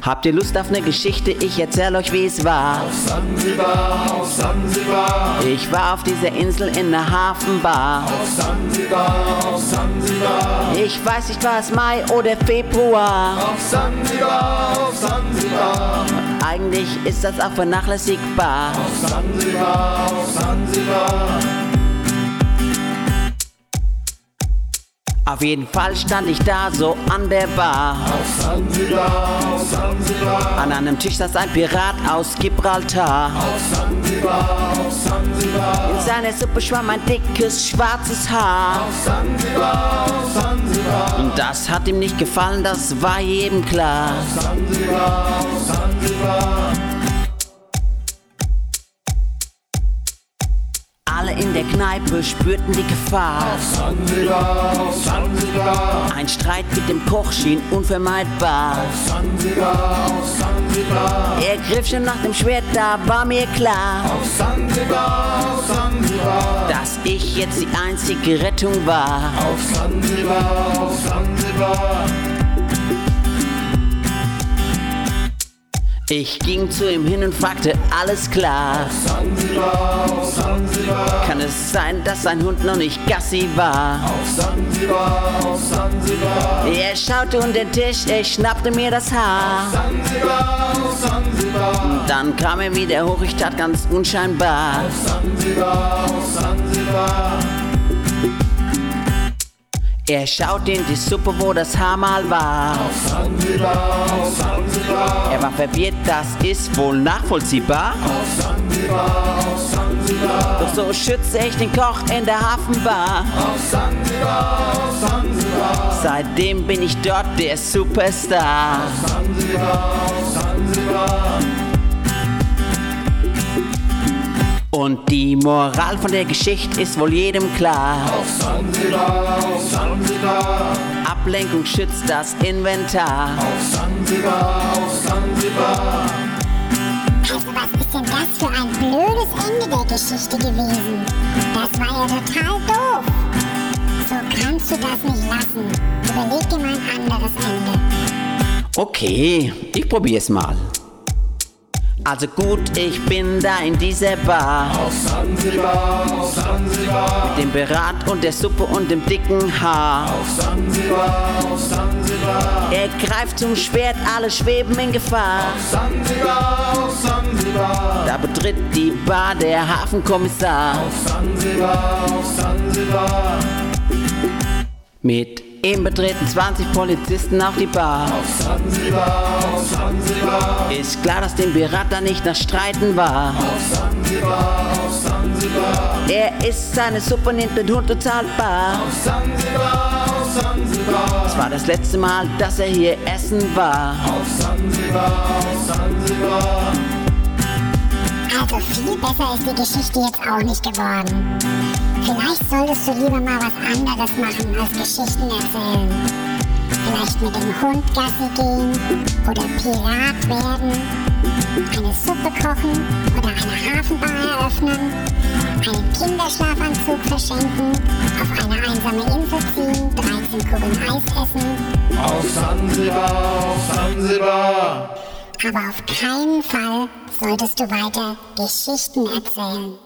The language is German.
Habt ihr Lust auf eine Geschichte? Ich erzähl euch, wie es war. Auf Sansibar, auf Sansibar. Ich war auf dieser Insel in der Hafenbar. Auf Sansibar, auf Sansibar. Ich weiß nicht, war es Mai oder Februar. Auf Sansibar, auf Sansibar. Eigentlich ist das auch vernachlässigbar. Auf Sansibar, auf Sansibar. Auf jeden Fall stand ich da so an der Bar. Auf Sansibar, auf Sansibar. An einem Tisch saß ein Pirat aus Gibraltar. Auf Sansibar, auf Sansibar. In seiner Suppe schwamm ein dickes, schwarzes Haar. Auf Sansibar, auf Sansibar. Und das hat ihm nicht gefallen, das war jedem klar. Auf Sansibar, auf Sansibar. Alle in der Kneipe spürten die Gefahr. Auf Sansibar, auf Sansibar. Ein Streit mit dem Koch schien unvermeidbar. Auf Sansibar, auf Sansibar. Er griff schon nach dem Schwert, da war mir klar, Auf Sansibar, auf Sansibar. dass ich jetzt die einzige Rettung war. Auf Sansibar, auf Sansibar. Ich ging zu ihm hin und fragte, alles klar? Auf Sansibar, auf Sansibar. Kann es sein, dass sein Hund noch nicht Gassi war? Auf Sansibar, auf Sansibar. Er schaute unter den Tisch, ich schnappte mir das Haar. Sansibar, auf Sansibar. Dann kam er wieder hoch, ich tat ganz unscheinbar. Auf Sansibar, auf Sansibar. Er schaute in die Suppe, wo das Haar mal war. Auf Sansibar, auf Sansibar. Er war verwirrt, das ist wohl nachvollziehbar. Auf Sansibar, auf Sansibar. Doch so schütze ich den Koch in der Hafenbar. Auf Sansibar, auf Sansibar. Seitdem bin ich dort der Superstar. Auf Sansibar, auf Sansibar. Und die Moral von der Geschichte ist wohl jedem klar. Auf Sansibar, auf Sansibar. Ablenkung schützt das Inventar. Auf Sansibar, auf Sansibar. Also was ist denn das für ein blödes Ende der Geschichte gewesen? Das war ja total doof. So kannst du das nicht lassen. Überleg dir mal ein anderes Ende. Okay, ich probier's mal. Also gut, ich bin da in dieser Bar. Auf Sansibar, auf Sansibar. Mit dem Pirat und der Suppe und dem dicken Haar. Auf Sansibar, auf Sansibar. Er greift zum Schwert, alle schweben in Gefahr. Auf Sansibar, auf Sansibar. Da betritt die Bar der Hafenkommissar. Auf Sansibar, auf Sansibar. Mit ihm betreten 20 Polizisten auch die Bar. Auf Sansibar, auf Sansibar. Ist klar, dass dem Pirat da nicht nach Streiten war. Auf Sansibar, auf Sansibar. Er isst seine Suppe und nimmt den Hund total bar. Auf Sansibar, auf Sansibar. Es war das letzte Mal, dass er hier essen war. Auf Sansibar, auf Sansibar. Also viel besser ist die Geschichte jetzt auch nicht geworden. Vielleicht solltest du lieber mal was anderes machen als Geschichten erzählen. Vielleicht mit dem Hund Gassi gehen oder Pirat werden, eine Suppe kochen oder eine Hafenbar eröffnen, einen Kinderschlafanzug verschenken, auf eine einsame Insel ziehen, 13 Kugeln Eis essen. Auf Sansibar, auf Sansibar. Aber auf keinen Fall solltest du weiter Geschichten erzählen.